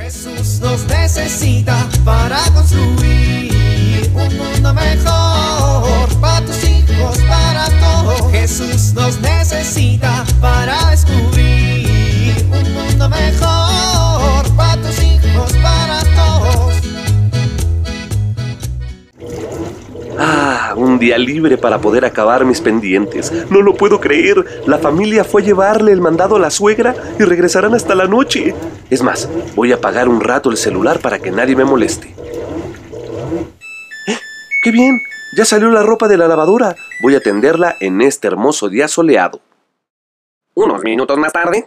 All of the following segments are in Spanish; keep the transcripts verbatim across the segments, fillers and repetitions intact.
Jesús nos necesita para construir un mundo mejor, para tus hijos, para todos. Jesús nos necesita para descubrir un mundo mejor, para tus hijos, para todos. Ah, un día libre para poder acabar mis pendientes. No lo puedo creer. La familia fue a llevarle el mandado a la suegra y regresarán hasta la noche. Es más, voy a apagar un rato el celular para que nadie me moleste. ¡Eh! ¡Qué bien! Ya salió la ropa de la lavadora. Voy a tenderla en este hermoso día soleado. Unos minutos más tarde.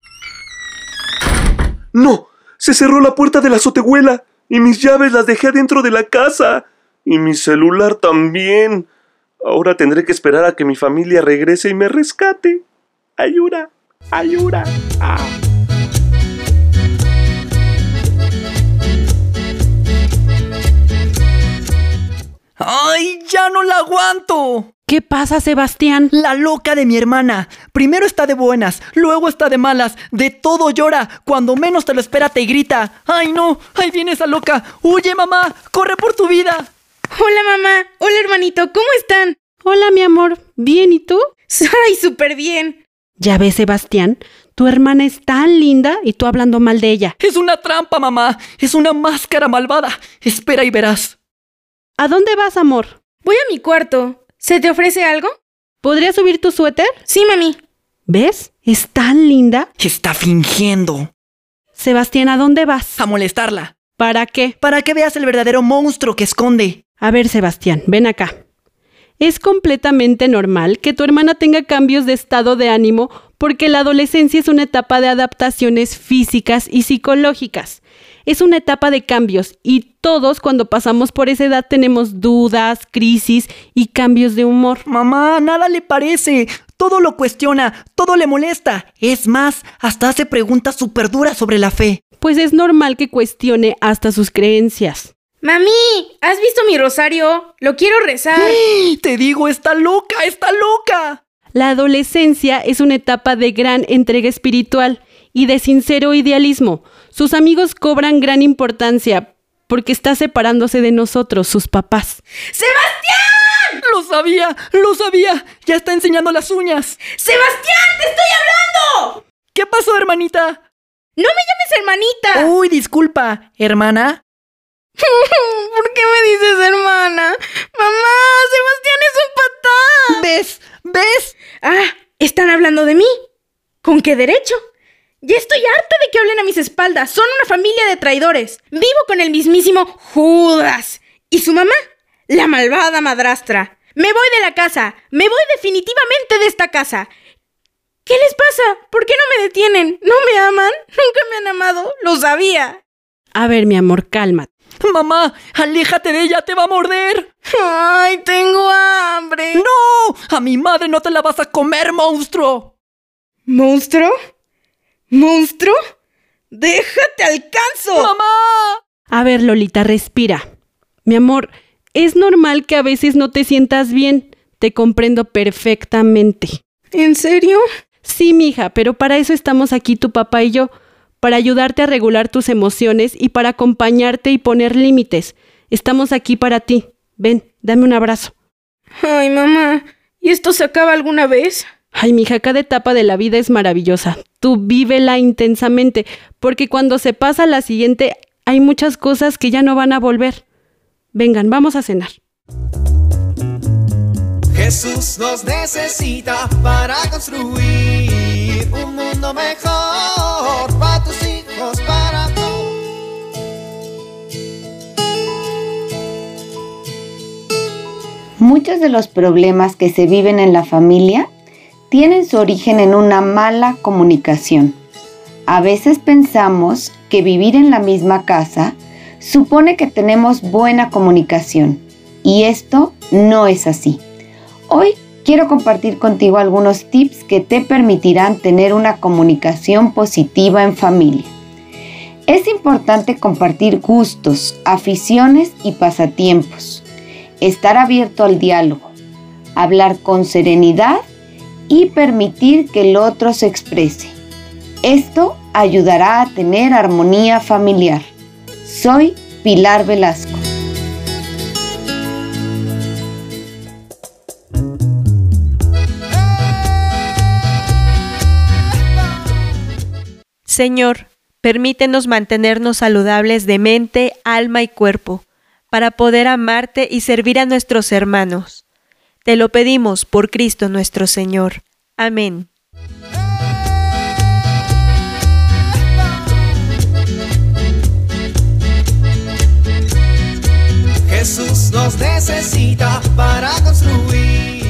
¡No! Se cerró la puerta de la azotehuela y mis llaves las dejé adentro de la casa. Y mi celular también. Ahora tendré que esperar a que mi familia regrese y me rescate. Ayuda, ayuda. Ah. ¡Ay, ya no la aguanto! ¿Qué pasa, Sebastián? La loca de mi hermana. Primero está de buenas, luego está de malas. De todo llora. Cuando menos te lo espera te grita. ¡Ay, no! ¡Ahí viene esa loca! ¡Huye, mamá! ¡Corre por tu vida! Hola, mamá. Hola, hermanito. ¿Cómo están? Hola, mi amor. ¿Bien y tú? ¡Ay, súper bien! Ya ves, Sebastián, tu hermana es tan linda y tú hablando mal de ella. Es una trampa, mamá. Es una máscara malvada. Espera y verás. ¿A dónde vas, amor? Voy a mi cuarto. ¿Se te ofrece algo? ¿Podría subir tu suéter? Sí, mami. ¿Ves? Es tan linda. Está fingiendo. Sebastián, ¿a dónde vas? A molestarla. ¿Para qué? Para que veas el verdadero monstruo que esconde. A ver, Sebastián, ven acá. Es completamente normal que tu hermana tenga cambios de estado de ánimo porque la adolescencia es una etapa de adaptaciones físicas y psicológicas. Es una etapa de cambios y todos cuando pasamos por esa edad tenemos dudas, crisis y cambios de humor. Mamá, nada le parece. Todo lo cuestiona, todo le molesta. Es más, hasta hace preguntas súper duras sobre la fe. Pues es normal que cuestione hasta sus creencias. Mami, ¿has visto mi rosario? Lo quiero rezar. ¡Ay! Te digo, está loca, está loca. La adolescencia es una etapa de gran entrega espiritual y de sincero idealismo. Sus amigos cobran gran importancia porque está separándose de nosotros, sus papás. ¡Sebastián! Lo sabía, lo sabía. Ya está enseñando las uñas. ¡Sebastián, te estoy hablando! ¿Qué pasó, hermanita? No me llames hermanita. Uy, disculpa, ¿hermana? ¿Por qué me dices hermana? Mamá, Sebastián es un patán. ¿Ves? ¿Ves? Ah, ¿están hablando de mí? ¿Con qué derecho? Ya estoy harta de que hablen a mis espaldas. Son una familia de traidores. Vivo con el mismísimo Judas. ¿Y su mamá? La malvada madrastra. Me voy de la casa. Me voy definitivamente de esta casa. ¿Qué les pasa? ¿Por qué no me detienen? ¿No me aman? Nunca me han amado. Lo sabía. A ver, mi amor, cálmate. Mamá, aléjate de ella, te va a morder. Ay, tengo hambre. ¡No! A mi madre no te la vas a comer, monstruo. ¿Monstruo? ¿Monstruo? ¡Déjate alcanzo! ¡Mamá! A ver, Lolita, respira. Mi amor, es normal que a veces no te sientas bien. Te comprendo perfectamente. ¿En serio? Sí, mija, pero para eso estamos aquí tu papá y yo. Para ayudarte a regular tus emociones y para acompañarte y poner límites. Estamos aquí para ti. Ven, dame un abrazo. Ay, mamá, ¿y esto se acaba alguna vez? Ay, mija, cada etapa de la vida es maravillosa. Tú vívela intensamente, porque cuando se pasa la siguiente, hay muchas cosas que ya no van a volver. Vengan, vamos a cenar. Jesús nos necesita para construir un mundo mejor, para tus hijos, para todos. Muchos de los problemas que se viven en la familia tienen su origen en una mala comunicación. A veces pensamos que vivir en la misma casa supone que tenemos buena comunicación, y esto no es así. Hoy quiero compartir contigo algunos tips que te permitirán tener una comunicación positiva en familia. Es importante compartir gustos, aficiones y pasatiempos, estar abierto al diálogo, hablar con serenidad y permitir que el otro se exprese. Esto ayudará a tener armonía familiar. Soy Pilar Velasco. Señor, permítenos mantenernos saludables de mente, alma y cuerpo, para poder amarte y servir a nuestros hermanos. Te lo pedimos por Cristo nuestro Señor. Amén. Jesús nos necesita para construir.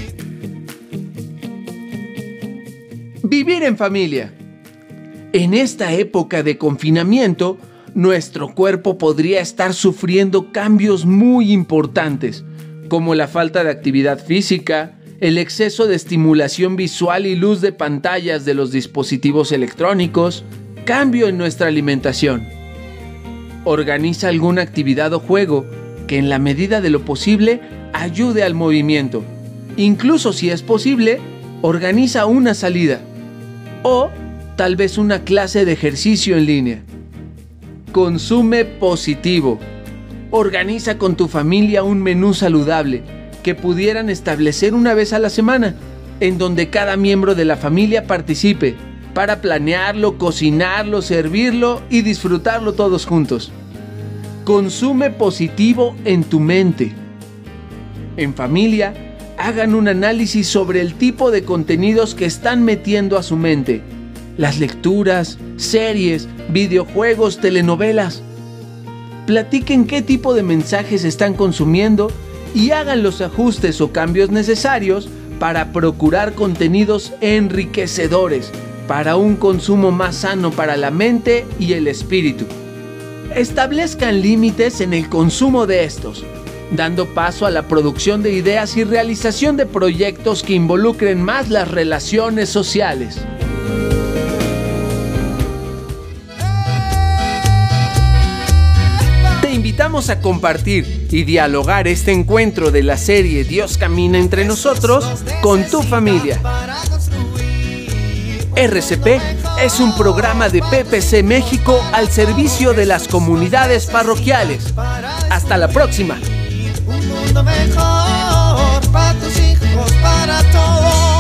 Vivir en familia. En esta época de confinamiento, nuestro cuerpo podría estar sufriendo cambios muy importantes, como la falta de actividad física, el exceso de estimulación visual y luz de pantallas de los dispositivos electrónicos, cambio en nuestra alimentación. Organiza alguna actividad o juego que en la medida de lo posible ayude al movimiento. Incluso si es posible, organiza una salida o tal vez una clase de ejercicio en línea. Consume positivo. Organiza con tu familia un menú saludable que pudieran establecer una vez a la semana, en donde cada miembro de la familia participe para planearlo, cocinarlo, servirlo y disfrutarlo todos juntos. Consume positivo en tu mente. En familia, hagan un análisis sobre el tipo de contenidos que están metiendo a su mente. Las lecturas, series, videojuegos, telenovelas. Platiquen qué tipo de mensajes están consumiendo y hagan los ajustes o cambios necesarios para procurar contenidos enriquecedores para un consumo más sano para la mente y el espíritu. Establezcan límites en el consumo de estos, dando paso a la producción de ideas y realización de proyectos que involucren más las relaciones sociales. Te invitamos a compartir y dialogar este encuentro de la serie Dios camina entre nosotros con tu familia. R C P es un programa de P P C México al servicio de las comunidades parroquiales. Hasta la próxima. Un mundo mejor para tus hijos, para todos.